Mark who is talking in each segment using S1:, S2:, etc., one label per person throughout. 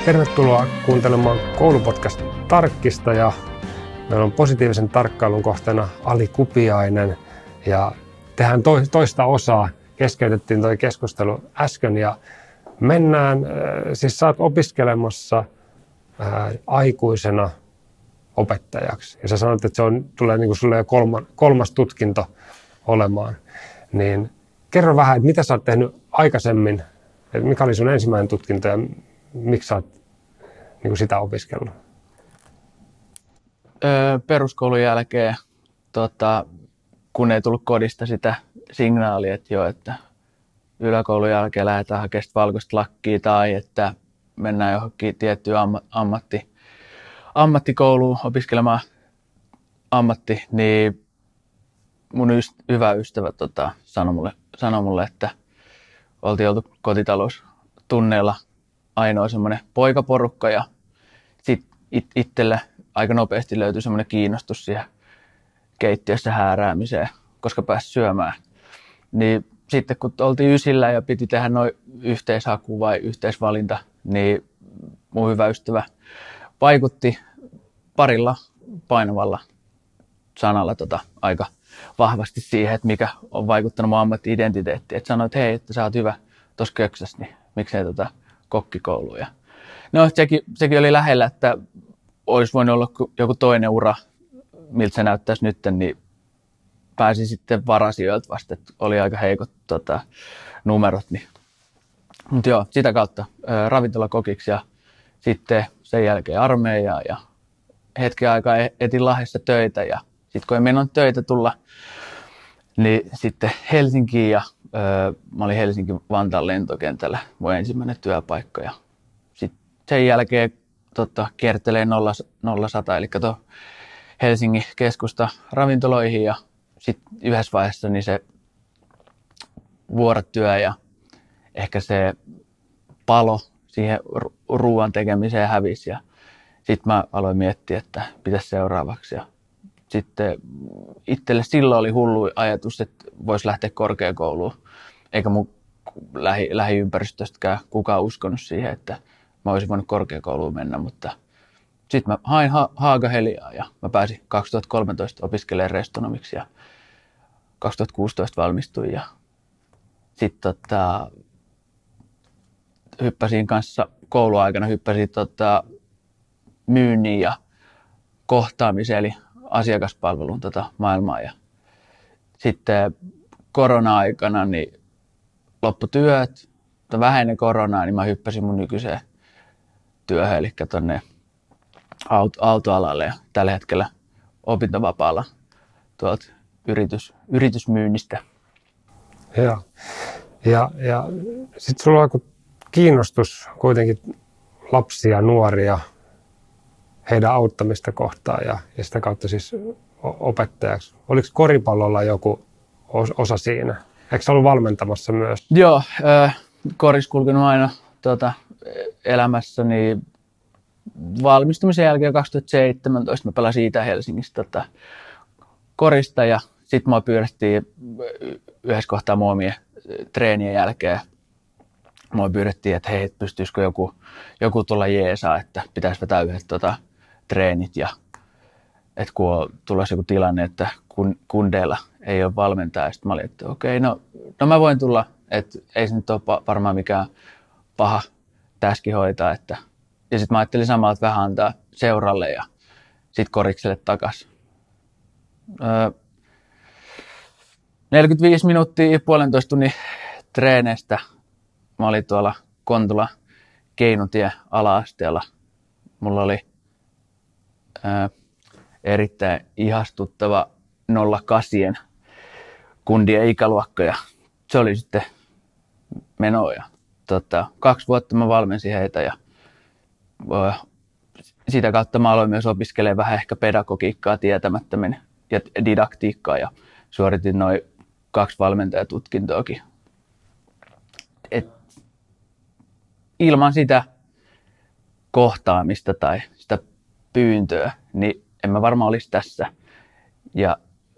S1: Tervetuloa kuuntelemaan koulupodcast Tarkkista ja meillä on positiivisen tarkkailun kohteena Ali Kupiainen ja tehdään toista osaa. Keskeytettiin tuo keskustelu äsken ja mennään, siis sä oot opiskelemassa aikuisena opettajaksi ja sä sanoit, että tulee niin kuin sulle jo kolmas tutkinto olemaan, niin kerro vähän, että mitä sä oot tehnyt aikaisemmin, että mikä oli sun ensimmäinen tutkinto ja miksi sä oot niin kuin sitä opiskellut?
S2: Peruskoulun jälkeen, kun ei tullut kodista sitä signaalia, että yläkoulun jälkeen lähdetään hakemaan valkoista lakkia tai että mennään johonkin tiettyyn ammattikouluun opiskelemaan niin mun hyvä ystävä sanoi mulle, että oltiin oltu kotitaloustunneilla ainoa semmoinen poikaporukka ja sitten itselle aika nopeasti löytyi semmoinen kiinnostus siihen keittiössä hääräämiseen, koska pääsi syömään. Niin sitten kun oltiin ysillä ja piti tehdä noin yhteishaku vai yhteisvalinta, niin mun hyvä ystävä vaikutti parilla painavalla sanalla aika vahvasti siihen, että mikä on vaikuttanut mun ammatti-identiteettiin. Että sanoi, että hei, että sä oot hyvä tuossa köksässä, niin miksei kokkikouluun. Ja no sekin oli lähellä, että olisi voinut olla joku toinen ura, miltä se näyttäisi nyt, niin pääsin sitten varasijoilta vasta, että oli aika heikot numerot. Niin. Mutta joo, sitä kautta ravintolakokiksi ja sitten sen jälkeen armeijaa ja hetken aikaa etin Lahdessa töitä ja sitten kun ei meinannut töitä tulla, niin sitten Helsinkiin ja mä olin Helsinki-Vantaan lentokentällä mun ensimmäinen työpaikka ja sitten sen jälkeen kiertelee 0-100 eli Helsingin keskusta ravintoloihin ja sitten yhdessä vaiheessa niin se vuorotyö ja ehkä se palo siihen ruoan tekemiseen hävisi ja sitten mä aloin miettiä, että pitäisi seuraavaksi ja sitten itselle silloin oli hullu ajatus, että voisi lähteä korkeakouluun, eikä mun lähiympäristöstäkään kukaan uskonut siihen, että mä olisin voinut korkeakouluun mennä, mutta sitten mä hain Haaga-Heliaa ja mä pääsin 2013 opiskelemaan restonomiksi ja 2016 valmistuin ja sitten hyppäsin kanssa kouluaikana myynnin ja kohtaamiseen eli asiakaspalvelun maailmaa ja sitten korona-aikana niin loppui työt, vähäinen koronaa, niin mä hyppäsin mun nykyiseen työhön, eli tuonne autoalalle ja tällä hetkellä opintovapaalla tuolta yritysmyynnistä.
S1: Ja sitten sulla on joku kiinnostus kuitenkin lapsia ja nuoria, heidän auttamista kohtaan ja sitä kautta siis opettajaksi. Oliko koripallolla joku osa siinä? Eikö sä ollut valmentamassa myös?
S2: Joo, koris kulkenut aina elämässäni. Valmistumisen jälkeen 2017 mä pelasin Itä-Helsingistä korista ja sitten mua pyydettiin yhdessä kohtaa muomien treenien jälkeen. Mua pyydettiin, että hei, pystyisikö joku tulla jeesaa, että pitäisi vetää yhdet treenit ja että kun on tulossa joku tilanne, että kundeilla ei ole valmentaa. Sitten mä olin, että okei, no mä voin tulla, että ei se nyt ole varmaan mikään paha täski hoitaa. Ja sitten mä ajattelin samalla, että vähän antaa seuralle ja sitten korikselle takaisin. 45 minuuttia, 1,5 tunnin treeneistä. Mä olin tuolla Kontula Keinutie ala-asteella. Mulla oli erittäin ihastuttava 08 kundien ikäluokka ja se oli sitten menoa. 2 vuotta mä valmensin heitä ja sitä kautta mä aloin myös opiskelemaan vähän ehkä pedagogiikkaa tietämättömin ja didaktiikkaa ja suoritin noin 2 valmentajatutkintoakin. Ilman sitä kohtaamista tai sitä pyyntöä, niin en mä varmaan olisi tässä. Ja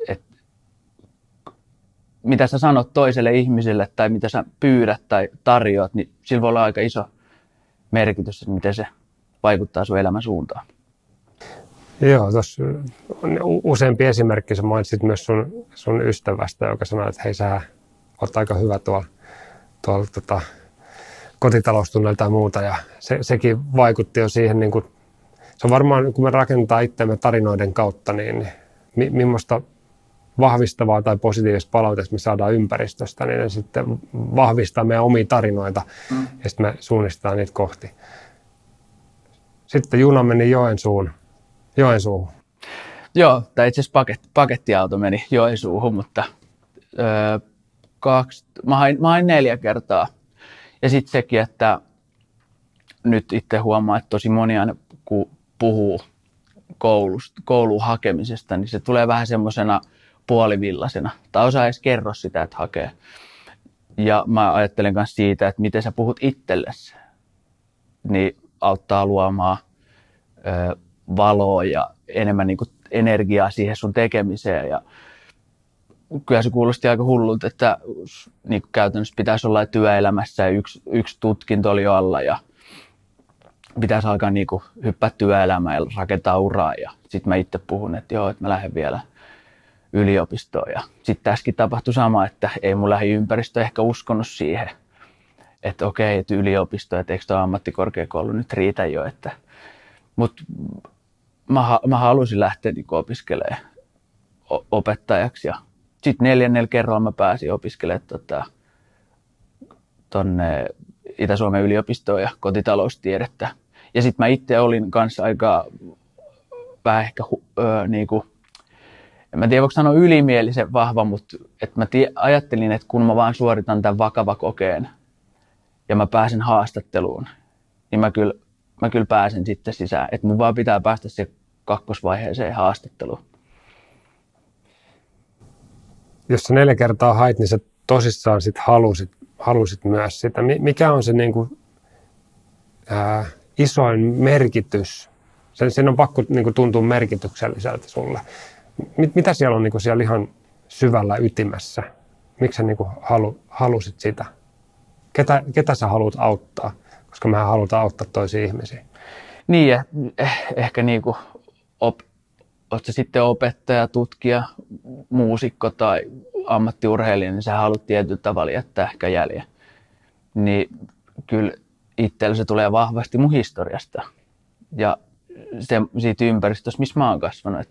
S2: mitä sä sanot toiselle ihmiselle tai mitä sä pyydät tai tarjoat, niin sillä voi olla aika iso merkitys, että miten se vaikuttaa sun elämän suuntaan.
S1: Joo, tuossa on useampi esimerkki. Sä mainitsit myös sun ystävästä, joka sanoi, että hei, sä oot aika hyvä tuolla kotitaloustunnelta ja muuta. Ja sekin vaikutti jo siihen, niin kuin, se on varmaan, kun me rakentaa itseämme tarinoiden kautta, niin millaista vahvistavaa tai positiivista palautetta me saadaan ympäristöstä, niin ne sitten vahvistaa meidän omia tarinoita ja sitten me suunnistetaan niitä kohti. Sitten juna meni Joensuuhun.
S2: Joo, tai itse asiassa pakettiauto meni Joensuuhun, mutta mä hain 4 kertaa. Ja sitten sekin, että nyt itse huomaa, että tosi moni aina kun puhuu kouluun hakemisesta, niin se tulee vähän semmoisena puolivillasena. Tai osa edes kerro sitä, että hakee. Ja mä ajattelen myös siitä, että miten sä puhut itsellesi, niin auttaa luomaan valoa ja enemmän niin kuin energiaa siihen sun tekemiseen. Ja kyllä se kuulosti aika hullulta, että niin kuin käytännössä pitäisi olla työelämässä ja yksi tutkinto oli alla ja pitäisi alkaa niin kuin hyppää työelämään ja rakentaa uraa. Ja sitten mä itse puhun, että joo, että mä lähden vielä yliopistoon. Ja sitten tässäkin tapahtui sama, että ei mun lähiympäristö ehkä uskonut siihen, että okei, että yliopisto, että eikö tuo ammattikorkeakoulu nyt riitä jo. Mutta mä halusin lähteä niin opiskelemaan opettajaksi. Ja sitten 4. kerralla mä pääsin opiskelemaan tuonne Itä-Suomen yliopistoon ja kotitaloustiedettä. Ja sitten mä itse olin kanssa aika vähän ehkä niinku, en mä tiedä voiko sanoa ylimielisen vahva, mutta että mä ajattelin, että kun mä vaan suoritan tämän vakava kokeen ja mä pääsen haastatteluun, niin mä kyllä pääsen sitten sisään. Että mun vaan pitää päästä se kakkosvaiheeseen haastatteluun.
S1: Jos sä 4 kertaa hait, niin sä tosissaan sit halusit myös sitä. Mikä on se niinku, isoin merkitys? Sen on pakko niinku tuntua merkitykselliseltä sulle. Mitä siellä on niinku siellä ihan syvällä ytimessä? Miksi sä niinku halusit sitä? Ketä sä haluat auttaa? Koska mehän halutaan auttaa toisia ihmisiä.
S2: Niin, ja ehkä niinku, oot sä sitten opettaja, tutkija, muusikko tai ammattiurheilija, niin sä haluat tietyllä tavalla jättää ehkä jäljen. Niin kyllä itsellä se tulee vahvasti mun historiasta ja siitä ympäristöstä, missä mä oon kasvanut.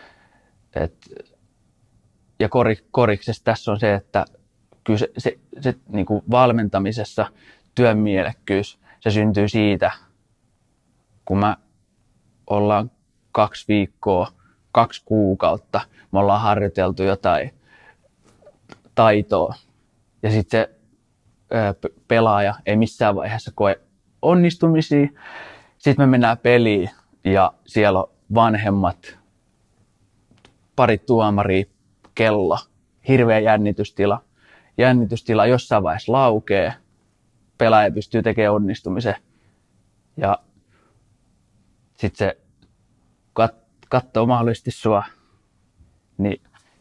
S2: Ja koriksessa tässä on se, että kyllä se niin kuin valmentamisessa työn mielekkyys, se syntyy siitä, kun me ollaan 2 viikkoa, 2 kuukautta, me ollaan harjoiteltu jotain taitoa ja sitten se pelaaja ei missään vaiheessa koe onnistumisia. Sitten me mennään peliin ja siellä on vanhemmat, pari tuomaria, kello, hirveä jännitystila. Jännitystila jossain vaiheessa laukee, pelaaja pystyy tekemään onnistumisen ja sitten se katsoo mahdollisesti sua, niin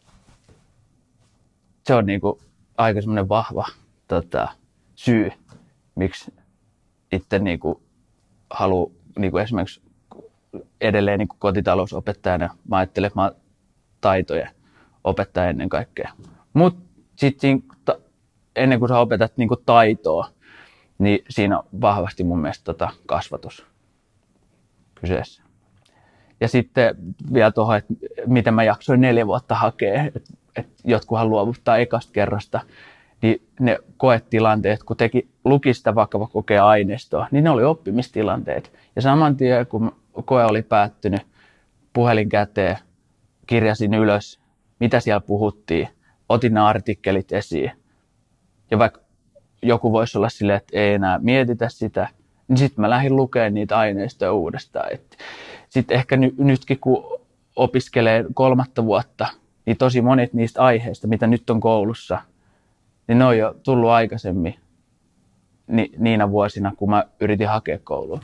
S2: se on niinku aika semmoinen vahva syy, miksi itse niinku haluaa niinku esimerkiksi edelleen niinku kotitalousopettajana. Mä ajattelen, että mä oon taitojen opettaja ennen kaikkea. Mutta sitten ennen kuin sä opetat niinku taitoa, niin siinä on vahvasti mun mielestä kasvatus kyseessä. Ja sitten vielä tuohon, että miten mä jaksoin 4 vuotta hakea, että jotkuhan luovuttaa ekasta kerrasta, niin ne koetilanteet, kun luki sitä vakava kokeen aineistoa, niin ne oli oppimistilanteet. Ja saman tien, kun koe oli päättynyt, puhelin käteen, kirjasin ylös, mitä siellä puhuttiin, otin ne artikkelit esiin. Ja vaikka joku voisi olla silleen, että ei enää mietitä sitä, niin sitten mä lähdin lukemaan niitä aineistoja uudestaan. Sitten ehkä nytkin, kun opiskelee 3. vuotta, niin tosi monet niistä aiheista, mitä nyt on koulussa, niin ne on jo tullut aikaisemmin niinä vuosina, kun mä yritin hakea kouluun.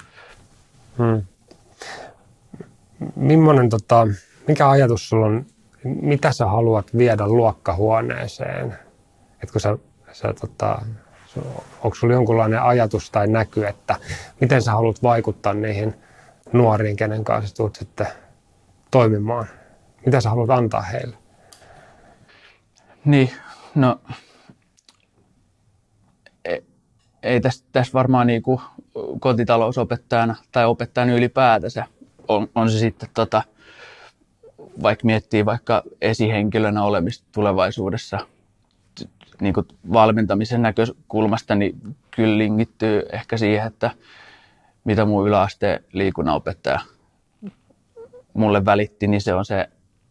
S1: Mikä ajatus sulla on, mitä sä haluat viedä luokkahuoneeseen? Et kun Onko sinulla jonkunlainen ajatus tai näky, että miten sä haluat vaikuttaa niihin nuoriin, kenen kanssa tulet sitten toimimaan? Mitä sä haluat antaa heille?
S2: Niin, no ei tässä varmaan niinku kotitalousopettajana tai opettajana ylipäätänsä on se sitten vaikka miettii vaikka esihenkilönä olemista tulevaisuudessa niin kuin valmentamisen näkökulmasta, niin kyllä linkittyy ehkä siihen, että mitä mun yläasteen liikunnanopettaja mulle välitti, niin se on se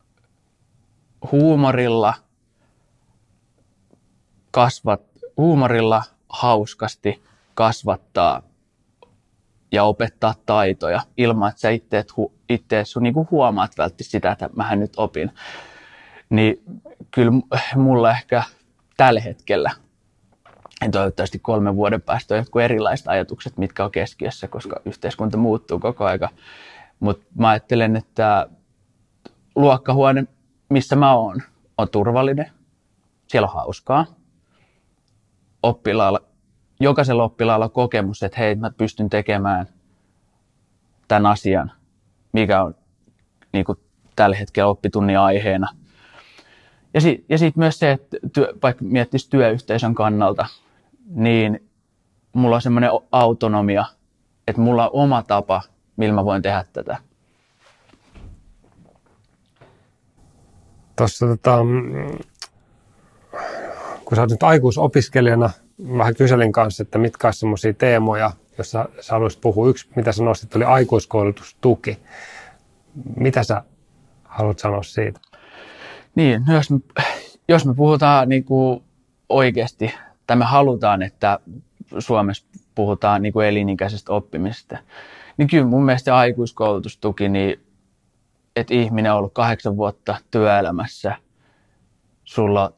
S2: huumorilla hauskasti kasvattaa ja opettaa taitoja ilman, että sä itse sun niinku huomaat välttämättä sitä, että mähän nyt opin. Niin kyllä mulla ehkä tällä hetkellä, ja toivottavasti 3 vuoden päästä on jotkut erilaiset ajatukset, mitkä on keskiössä, koska yhteiskunta muuttuu koko ajan. Mutta mä ajattelen, että luokkahuone, missä mä oon, on turvallinen. Siellä on hauskaa. Jokaisella oppilaalla on kokemus, että hei, mä pystyn tekemään tämän asian, mikä on niin kuin tällä hetkellä oppitunnin aiheena. Ja sitten myös se, että vaikka miettisi työyhteisön kannalta, niin mulla on semmoinen autonomia, että mulla on oma tapa, millä mä voin tehdä tätä.
S1: Tuossa kun sä oot nyt aikuisopiskelijana, vähän kyselin kanssa, että mitkä olisi semmoisia teemoja, joissa sä haluaisit puhua. Yksi, mitä sä nostit, oli aikuiskoulutustuki. Mitä sä haluat sanoa siitä?
S2: Niin, jos me puhutaan niin kuin oikeasti, tai me halutaan, että Suomessa puhutaan niin kuin elinikäisestä oppimisesta, niin kyllä mun mielestä aikuiskoulutustuki, niin, että ihminen on ollut 8 vuotta työelämässä, sulla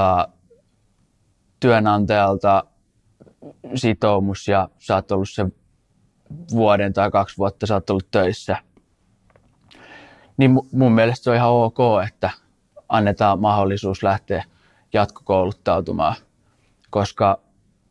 S2: työnantajalta sitoumus ja sä oot ollut sen vuoden tai 2 vuotta sä oot ollut töissä, niin mun mielestä se on ihan ok, että annetaan mahdollisuus lähteä jatkokouluttautumaan, koska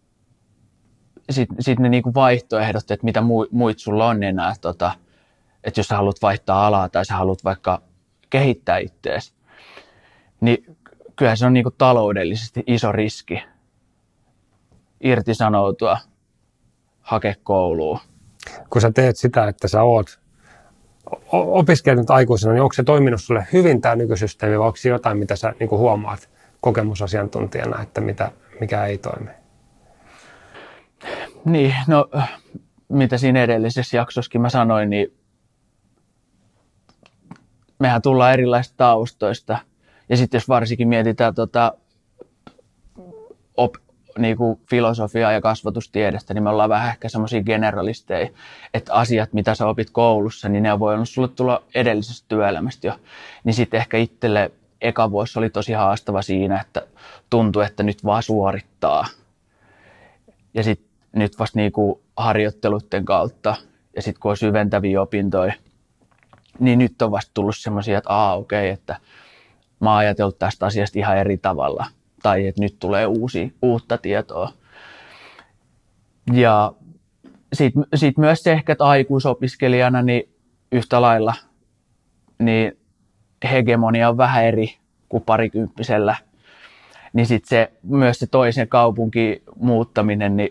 S2: sit ne niinku vaihtoehdot, että mitä muut sulla on enää, että jos sä haluat vaihtaa alaa tai sä haluat vaikka kehittää itseäsi, niin kyllä se on niinku taloudellisesti iso riski irtisanoutua, hakea kouluun.
S1: Kun sä teet sitä, että sä opiskelet nyt aikuisena, niin onko se toiminut sulle hyvin tämä nykysysteemi vai onko se jotain, mitä sä niin kuin huomaat kokemusasiantuntijana, että mikä ei toimi?
S2: Niin, no mitä siinä edellisessä jaksossakin mä sanoin, niin mehän tullaan erilaisista taustoista ja sitten jos varsinkin mietitään niinku filosofiaa ja kasvatustiedestä, niin me ollaan vähän ehkä semmoisia generalisteja, että asiat, mitä sä opit koulussa, niin ne on voinut sulle tulla edellisestä työelämästä jo. Niin sitten ehkä itselle eka vuosi oli tosi haastava siinä, että tuntui, että nyt vaan suorittaa. Ja sitten nyt vasta niinku harjoitteluiden kautta ja sitten kun on syventäviä opintoja, niin nyt on vasta tullut semmoisia, että okei, että mä oon ajatellut tästä asiasta ihan eri tavalla. Tai että nyt tulee uutta tietoa. Ja sit myös se ehkä, että aikuisopiskelijana niin yhtä lailla niin hegemonia on vähän eri kuin parikymppisellä. Niin sitten myös se toisen kaupunkiin muuttaminen, niin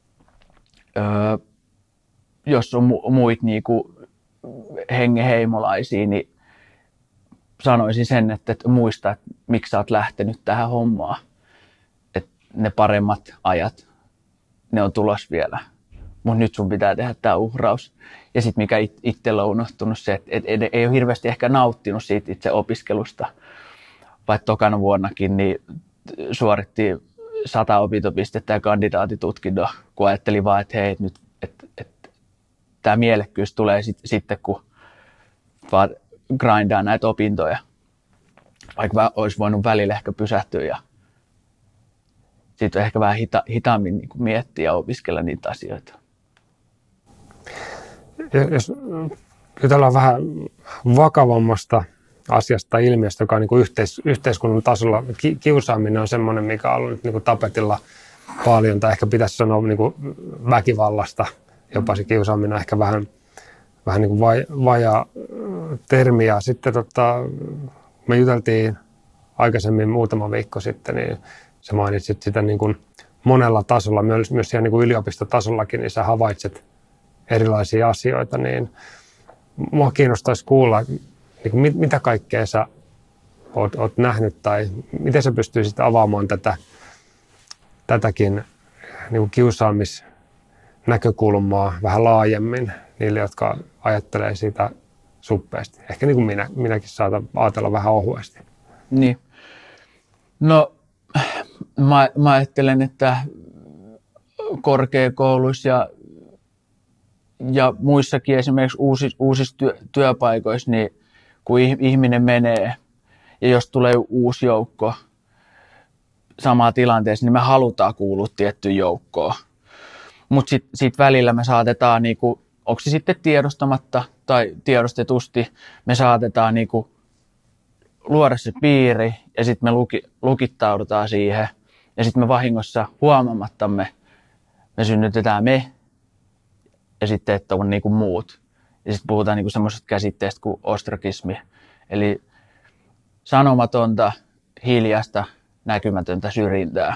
S2: jos on muita niinku hengenheimolaisia, niin sanoisin sen, että muista, että miksi sä oot lähtenyt tähän hommaan. Että ne paremmat ajat, ne on tulos vielä. Mutta nyt sun pitää tehdä tämä uhraus. Ja sitten mikä itsellä on unohtunut se, että ei ole hirveästi ehkä nauttinut siitä itse opiskelusta. Vaikka tokana vuonnakin niin suoritti 100 opintopistettä ja kandidaatitutkinto, kun ajattelin vaan, että hei, nyt tämä mielekkyys tulee sitten, kun vaan grindaa näitä opintoja, vaikka olisi voinut välillä ehkä pysähtyä ja sitten ehkä vähän hitaammin niin kuin miettiä ja opiskella niitä asioita.
S1: Jos jutellaan vähän vakavammasta asiasta tai ilmiöstä, joka on niin kuin yhteiskunnan tasolla, kiusaaminen on semmoinen, mikä on ollut niin kuin tapetilla paljon, tai ehkä pitäisi sanoa niin kuin väkivallasta, jopa se kiusaaminen ehkä vähän niin kuin vajaa termi. Ja sitten me juteltiin aikaisemmin muutama viikko sitten, niin sä mainitsit sitä niin kuin monella tasolla, myös siellä niin kuin yliopistotasollakin, niin sä havaitset erilaisia asioita, niin mua kiinnostaisi kuulla, niin kuin mitä kaikkea sä oot nähnyt, tai miten sä pystyisit avaamaan tätäkin niin kuin kiusaamisnäkökulmaa vähän laajemmin niille, jotka ajattelee sitä suppeasti. Ehkä niin kuin minäkin saatan ajatella vähän ohuesti.
S2: Niin. No, mä ajattelen, että korkeakouluissa ja muissakin esimerkiksi uusissa työpaikoissa, niin kun ihminen menee ja jos tulee uusi joukko samaa tilanteessa, niin me halutaan kuulua tiettyyn joukkoon. Mutta sitten välillä me saatetaan, niinku, onko se sitten tiedostamatta tai tiedostetusti, me saatetaan niinku luoda se piiri ja sitten me lukittaudutaan siihen. Ja sitten me vahingossa huomaamattamme me synnytetään me ja sitten että on niinku muut. Ja sitten puhutaan niinku semmoisesta käsitteestä kuin ostrakismi. Eli sanomatonta, hiljaista, näkymätöntä syrjintää.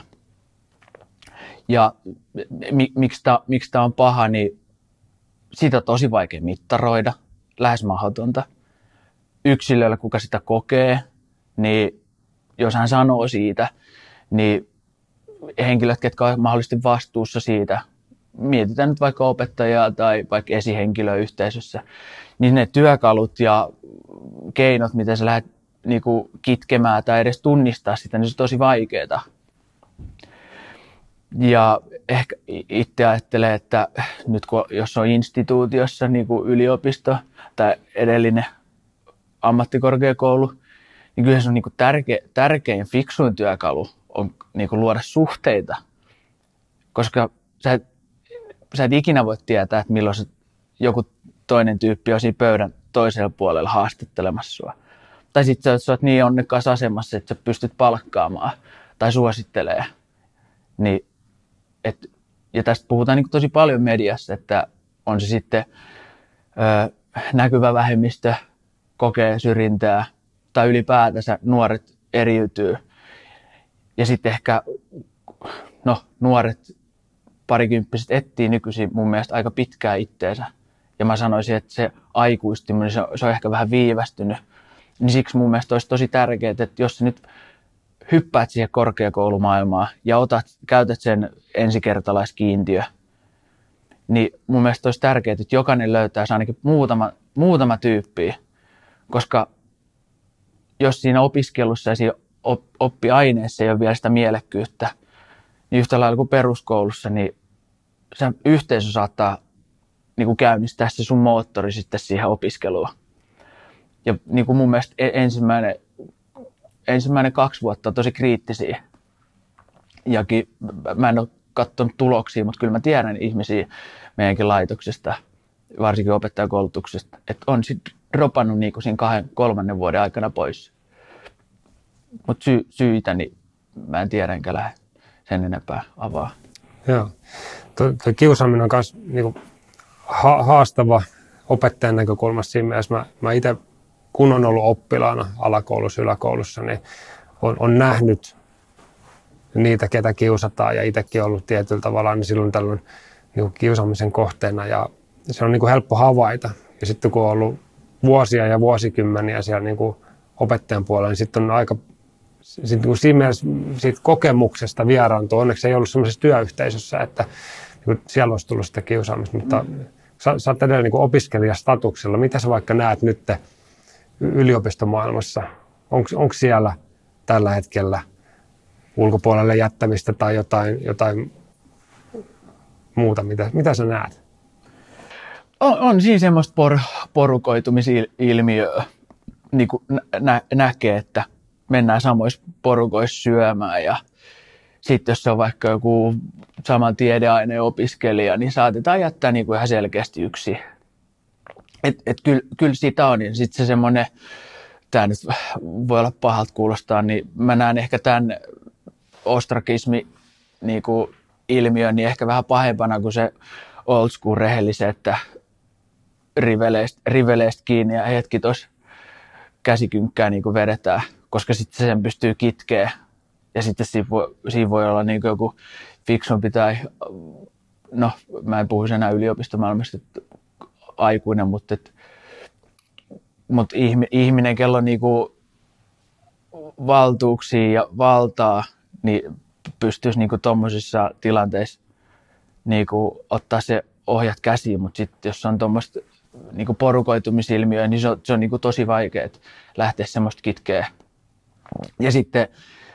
S2: Ja miksi tämä on paha, niin sitä on tosi vaikea mittaroida, lähes mahdotonta. Yksilöllä, kuka sitä kokee, niin jos hän sanoo siitä, niin henkilöt, ketkä ovat mahdollisesti vastuussa siitä, mietitään nyt vaikka opettajaa tai vaikka esihenkilöä yhteisössä, niin ne työkalut ja keinot, miten sä lähdet niinku kitkemään tai edes tunnistaa sitä, niin se on tosi vaikeaa. Ja ehkä itse ajattelen, että nyt jos on instituutiossa, niin kuin yliopisto tai edellinen ammattikorkeakoulu, niin kyllä se on niin kuin tärkein fiksuin työkalu on niin kuin luoda suhteita. Koska sä et ikinä voi tietää, että milloin joku toinen tyyppi on siinä pöydän toisella puolella haastattelemassa sua. Tai sitten sä oot niin onnekkaassa asemassa, että sä pystyt palkkaamaan tai suosittelee. Niin, ja tästä puhutaan niin tosi paljon mediassa, että on se sitten näkyvä vähemmistö kokee syrjintää tai ylipäätänsä nuoret eriytyy. Ja sitten ehkä nuoret parikymppiset etsii nykyisin mun mielestä aika pitkään itteensä. Ja mä sanoisin, että se aikuistuminen, se on ehkä vähän viivästynyt. Niin siksi mun mielestä olisi tosi tärkeää, että jos sä nyt hyppäät siihen korkeakoulumaailmaan ja käytät sen ensikertalaiskiintiö, niin mun mielestä olisi tärkeää, että jokainen löytää ainakin muutama tyyppiä. Koska jos siinä opiskelussa ja siinä oppiaineessa ei ole vielä sitä mielekkyyttä, niin yhtä lailla kuin peruskoulussa, niin se yhteisö saattaa niin kuin käynnistää se sun moottori sitten siihen opiskeluun. Ja niin kuin mun mielestä ensimmäinen 2 vuotta on tosi kriittisiä. Mä en ole katsonut tuloksia, mutta kyllä mä tiedän ihmisiä meidänkin laitoksesta, varsinkin opettajakoulutuksesta, että on sitten dropannut niin kuin siinä 2-3 vuoden aikana pois. Mutta syitä, niin mä en tiedä enkä lähde sen enempää avaa.
S1: Joo. Tuo kiusaaminen on myös niinku haastava opettajan näkökulmasta siinä mielessä. Mä itse, kun on ollut oppilaana alakoulussa, yläkoulussa, niin on nähnyt niitä, ketä kiusataan ja itsekin ollut tietyllä tavalla, niin silloin tällöin niin kiusaamisen kohteena ja se on niin kuin helppo havaita. Ja sitten kun on ollut vuosia ja vuosikymmeniä siellä niin kuin opettajan puolella, niin sitten on aika niin siinä mielessä siitä kokemuksesta vieraantua. Onneksi ei ollut sellaisessa työyhteisössä, että niin siellä olisi tullut sitä kiusaamista, mutta sä oot edelleen niin opiskelijastatuksella. Mitä sä vaikka näet nyt yliopistomaailmassa? Onko siellä tällä hetkellä ulkopuolelle jättämistä tai jotain muuta? Mitä sä näet?
S2: On siinä semmoista porukoitumisilmiöä, niin kuin näkee, että mennään samoissa porukoissa syömään ja sitten jos se on vaikka joku saman tiedeaineen opiskelija, niin saatetaan jättää niin kuin ihan selkeästi yksin. Kyllä sitä on. Ja sitten se semmoinen, tämä nyt voi olla pahalta kuulostaa, niin mä näen ehkä tämän ostrakismi niin kuin ilmiön, niin ehkä vähän pahempana kuin se old school rehellisen, että riveleistä kiinni ja hetki tuossa käsikynkkää niin kuin vedetään, koska sitten sen pystyy kitkeä. Ja sitten siinä voi olla niin kuin joku fiksumpi tai, no mä en puhu enää yliopistomaailmasta, aikuinen, mutta ihminen, kello on niin kuin valtuuksia ja valtaa, niin pystyisi niin kuin tommosissa tilanteissa niin kuin ottaa se ohjat käsiin, mutta sitten jos on tuommoista niin kuin porukoitumisilmiöä, niin se on niin kuin tosi vaikea lähteä semmoista kitkeä. Ja sitten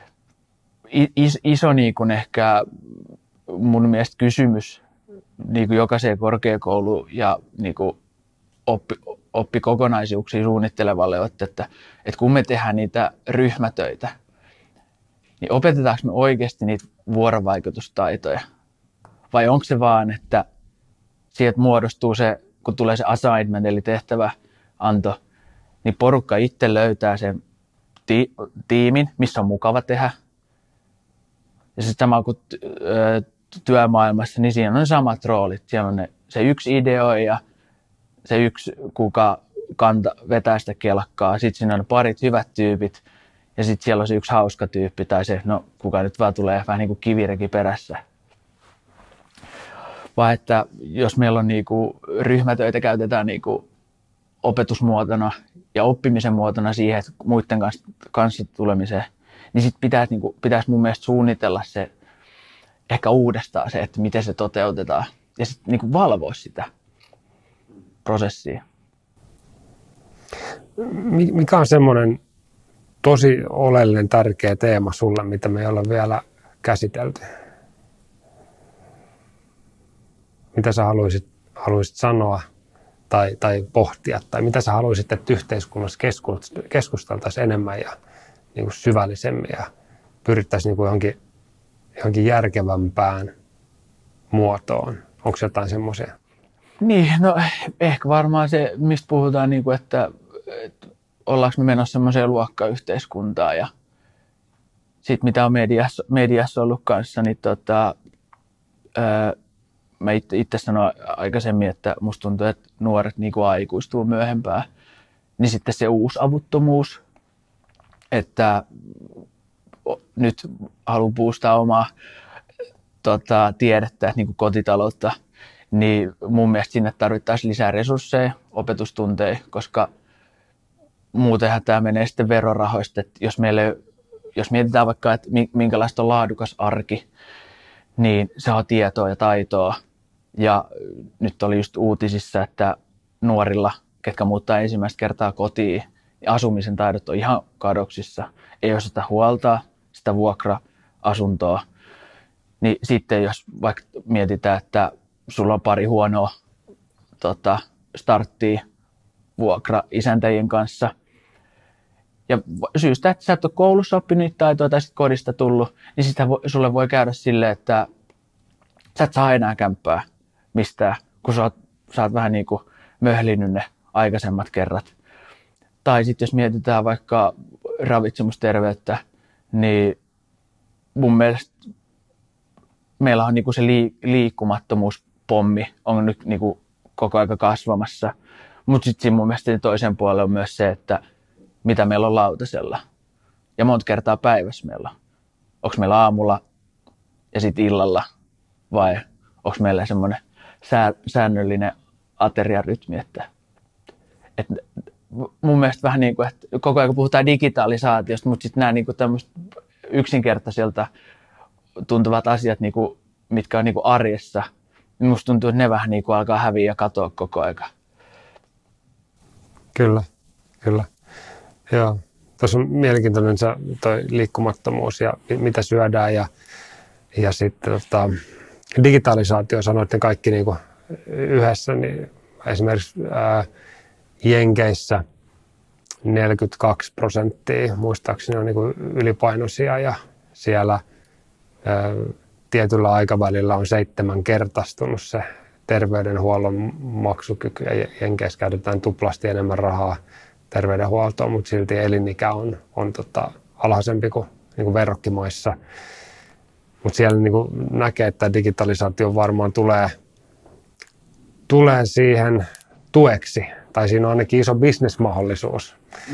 S2: iso niin kuin ehkä mun mielestä kysymys niin kuin jokaiseen korkeakouluun ja niin kuin oppikokonaisuuksia suunnittelevalle, että kun me tehdään niitä ryhmätöitä, niin opetetaanko me oikeasti niitä vuorovaikutustaitoja? Vai onko se vaan, että sieltä muodostuu se, kun tulee se assignment eli tehtäväanto, niin porukka itse löytää sen tiimin, missä on mukava tehdä. Ja se sama kuin työmaailmassa, niin siinä on ne samat roolit. Siellä on se yksi ideoija, se yksi, kuka vetää sitä kelkkaa. Sitten siinä on parit hyvät tyypit ja sitten siellä on se yksi hauska tyyppi tai se, no kuka nyt vaan tulee vähän niin kuin kivireki perässä. Vai että jos meillä on niin kuin ryhmätöitä käytetään niin kuin opetusmuotona ja oppimisen muotona siihen, että muiden kanssa tulemiseen, niin sitten pitäisi mun mielestä suunnitella se ehkä uudestaan se, että miten se toteutetaan ja sitten niin kuin valvoa sitä prosessia.
S1: Mikä on semmoinen tosi oleellinen tärkeä teema sulle, mitä me ei olla vielä käsitelty? Mitä sä haluaisit sanoa tai pohtia, tai mitä sä haluaisit, että yhteiskunnassa keskusteltaisiin enemmän ja niin kuin syvällisemmin ja pyrittäisiin niin kuin johonkin järkevämpään muotoon? Onko jotain semmoisia?
S2: Niin, no ehkä varmaan se, mistä puhutaan, niin kuin, että ollaanko me menossa semmoiseen luokkayhteiskuntaan ja sitten mitä on mediassa ollut kanssa, niin mä itse sanoin aikaisemmin, että musta tuntuu, että nuoret niin kuin aikuistuu myöhempään, niin sitten se uusavuttomuus, että nyt haluan boostaa omaa tiedettä, niin kuin kotitaloutta, niin mun mielestä sinne tarvittaisiin lisää resursseja, opetustunteja, koska muutenhan tämä menee sitten verorahoista, että jos mietitään vaikka, että minkälaista on laadukas arki, niin se on tietoa ja taitoa. Ja nyt oli just uutisissa, että nuorilla, ketkä muuttaa ensimmäistä kertaa kotiin, niin asumisen taidot on ihan kadoksissa. Ei osata huoltaa sitä vuokra-asuntoa. Niin sitten jos vaikka mietitään, että sulla on pari huonoa starttia vuokra-isäntäjien kanssa, ja syystä, että sä et ole koulussa oppinut niitä taitoja tai sitten kodista tullut, niin sitä sulle voi käydä silleen, että sä et saa enää kämppää mistään, kun sä oot vähän niin kuin möhlinyt ne aikaisemmat kerrat. Tai sitten jos mietitään vaikka ravitsemusterveyttä, niin mun mielestä meillä on niin kuin se liikkumattomuuspommi on nyt niin kuin koko ajan kasvamassa. Mutta sitten mun mielestä toisen puolella on myös se, että mitä meillä on lautasella. Ja monta kertaa päivässä meillä on. Onko meillä aamulla ja sitten illalla vai onko meillä semmoinen säännöllinen ateriarytmi. Että mun mielestä vähän niin kuin, että koko ajan puhutaan digitalisaatiosta, mutta sitten nämä niin kuin tämmöiset yksinkertaisilta tuntuvat asiat, niin kuin, mitkä on niin kuin arjessa, niin musta tuntuu, että ne vähän niin kuin alkaa häviä ja katoa koko ajan.
S1: Kyllä. Joo. Tuossa on mielenkiintoinen se toi liikkumattomuus ja mitä syödään ja sitten digitalisaatio, sanoitte kaikki niin kuin yhdessä, niin esimerkiksi Jenkeissä 42% muistaakseni on niin kuin ylipainoisia ja siellä tietyllä aikavälillä on 7-kertaistunut se terveydenhuollon maksukyky ja Jenkeissä käytetään tuplasti enemmän rahaa terveydenhuoltoon, mutta silti elinikä on alhaisempi kuin verrokkimaissa. Mutta siellä niin kuin näkee, että digitalisaatio varmaan tulee siihen tueksi, tai siinä on ainakin iso bisnesmahdollisuus.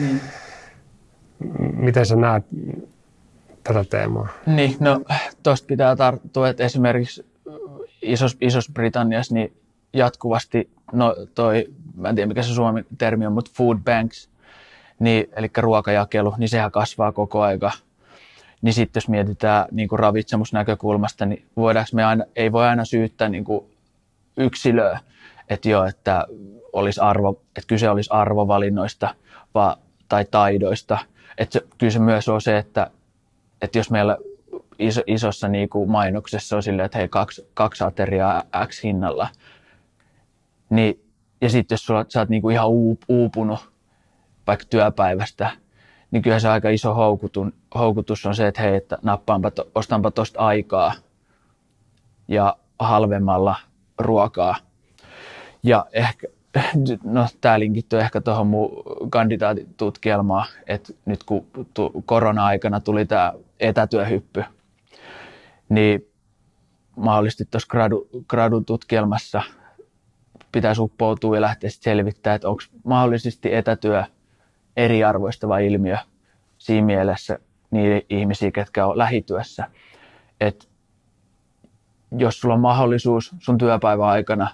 S1: Miten sä näet tätä teemaa?
S2: Niin, no tuosta pitää tarttua, että esimerkiksi Isossa Britanniassa niin jatkuvasti, mä en tiedä mikä se suomen termi on, mutta food banks, niin, eli ruokajakelu, niin sehän kasvaa koko aika. Niin sitten jos mietitään niin kuin ravitsemusnäkökulmasta, niin ei voi aina syyttää niin kuin yksilöä, että kyse olisi arvovalinnoista tai taidoista. Kyllä se myös on se, että jos meillä isossa niin kuin mainoksessa on silleen, että hei, kaksi ateriaa X hinnalla, niin, ja sitten jos sä oot niin kuin ihan uupunut vaikka työpäivästä, niin kyllä se aika iso houkutus on se, että hei, että ostanpa tosta aikaa ja halvemmalla ruokaa. Ja ehkä, no tää linkittyy ehkä tuohon mun kandidaatitutkielmaan, että nyt kun korona-aikana tuli tää etätyöhyppy, niin mahdollisesti tuossa gradun tutkielmassa pitäisi uppoutua ja lähteä selvittämään, että onko mahdollisesti etätyö eriarvoistava ilmiö siinä mielessä niiden ihmisiä, ketkä on lähityössä. Et jos sulla on mahdollisuus sun työpäivän aikana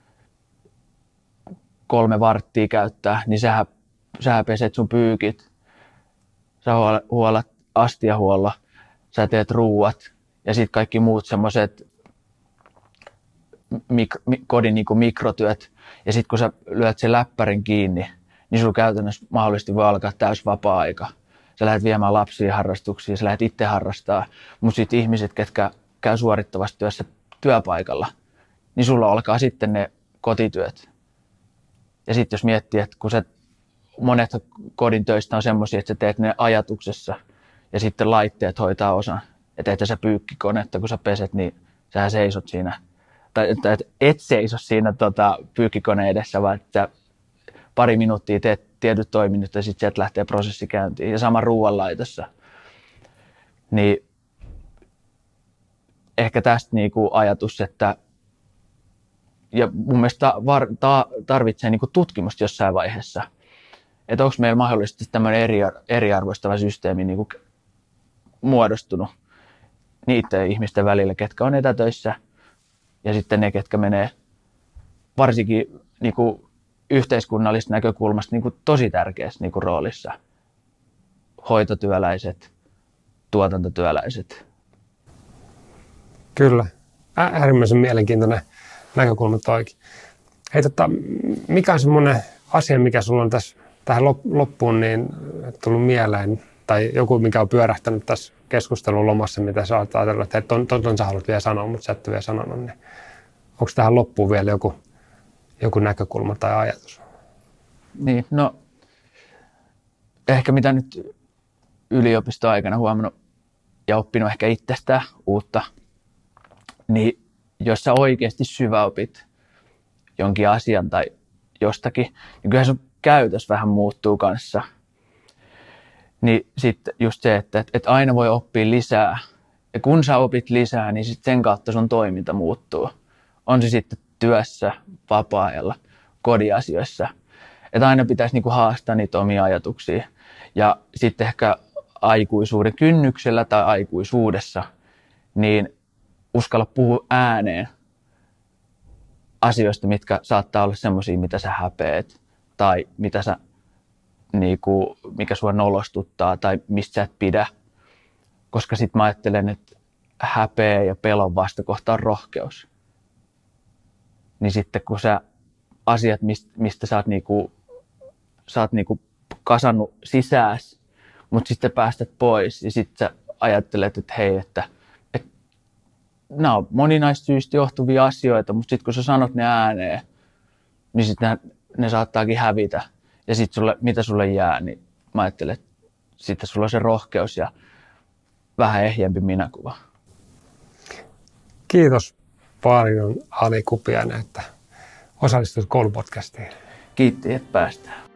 S2: 3 varttia käyttää, niin sähän peset sun pyykit, sä huolat astiahuolla, sä teet ruuat ja sitten kaikki muut semmoiset kodin niin kuin mikrotyöt. Ja sitten kun sä lyöt sen läppärin kiinni, niin sulla käytännössä mahdollisesti voi alkaa täys vapaa-aika. Sä lähdet viemään lapsia harrastuksiin, sä lähdet itse harrastaa. Mutta sitten ihmiset, ketkä käy suorittavassa työssä työpaikalla, niin sulla alkaa sitten ne kotityöt. Ja sitten jos miettii, että kun monet kodin töistä on semmoisia, että sä teet ne ajatuksessa ja sitten laitteet hoitaa osan. Että et sä pyykkikonetta, kun sä peset, niin sä seisot siinä. Tai et seiso siinä pyykkikoneen edessä, vaan että pari minuuttia teet tietyt toiminnot ja sitten sieltä lähtee prosessi käyntiin. Ja sama ruoanlaitossa. Niin ehkä tästä niinku ajatus, että ja mun mielestä tarvitsee niinku tutkimusta jossain vaiheessa. Että onko meillä mahdollisesti tämmöinen eriarvoistava systeemi niinku muodostunut niiden ihmisten välillä, ketkä on etätöissä ja sitten ne, ketkä menee varsinkin niinku yhteiskunnallisesta näkökulmasta niinku tosi tärkeässä niinku roolissa. Hoitotyöläiset, tuotantotyöläiset.
S1: Kyllä. Äärimmäisen mielenkiintoinen näkökulma toikin. Hei, mikä on semmoinen asia, mikä sulla on tähän loppuun niin tullut mieleen, tai joku, mikä on pyörähtänyt tässä keskustelun lomassa, mitä sä oot ajatellut, että ton sä haluat vielä sanoa, mutta sä et vielä sanonut, niin onko tähän loppuun vielä joku näkökulma tai ajatus?
S2: Niin, no ehkä mitä nyt yliopistoaikana huomannut ja oppinut ehkä itsestään uutta, niin jos sä oikeasti syväopit jonkin asian tai jostakin, niin kyllähän sun käytös vähän muuttuu kanssa. Niin sitten just se, että aina voi oppia lisää. Ja kun sä opit lisää, niin sitten sen kautta sun toiminta muuttuu. On se sitten työssä, vapaa-ajalla, kodiasioissa. Että aina pitäisi niinku haastaa niitä omia ajatuksia. Ja sitten ehkä aikuisuuden kynnyksellä tai aikuisuudessa, niin uskalla puhua ääneen asioista, mitkä saattaa olla semmoisia, mitä sä häpeät tai mitä sä, niinku, mikä sua nolostuttaa tai mistä sä et pidä. Koska sit mä ajattelen, että häpeä ja pelon vastakohta on rohkeus. Niin sitten kun sä asiat, mistä sä oot niinku kasannut sisääs, mutta sitten päästät pois ja sitten sä ajattelet, että hei, että nämä on moninaista syistä johtuvia asioita, mutta sitten kun sä sanot ne ääneen, niin sitten ne saattaakin hävitä. Ja sitten mitä sulle jää, niin mä ajattelen, että sitten sulla on se rohkeus ja vähän ehjempi minäkuva.
S1: Kiitos paljon Ali Kupiainen, että osallistuit koulupodcastiin.
S2: Kiitti, että päästään.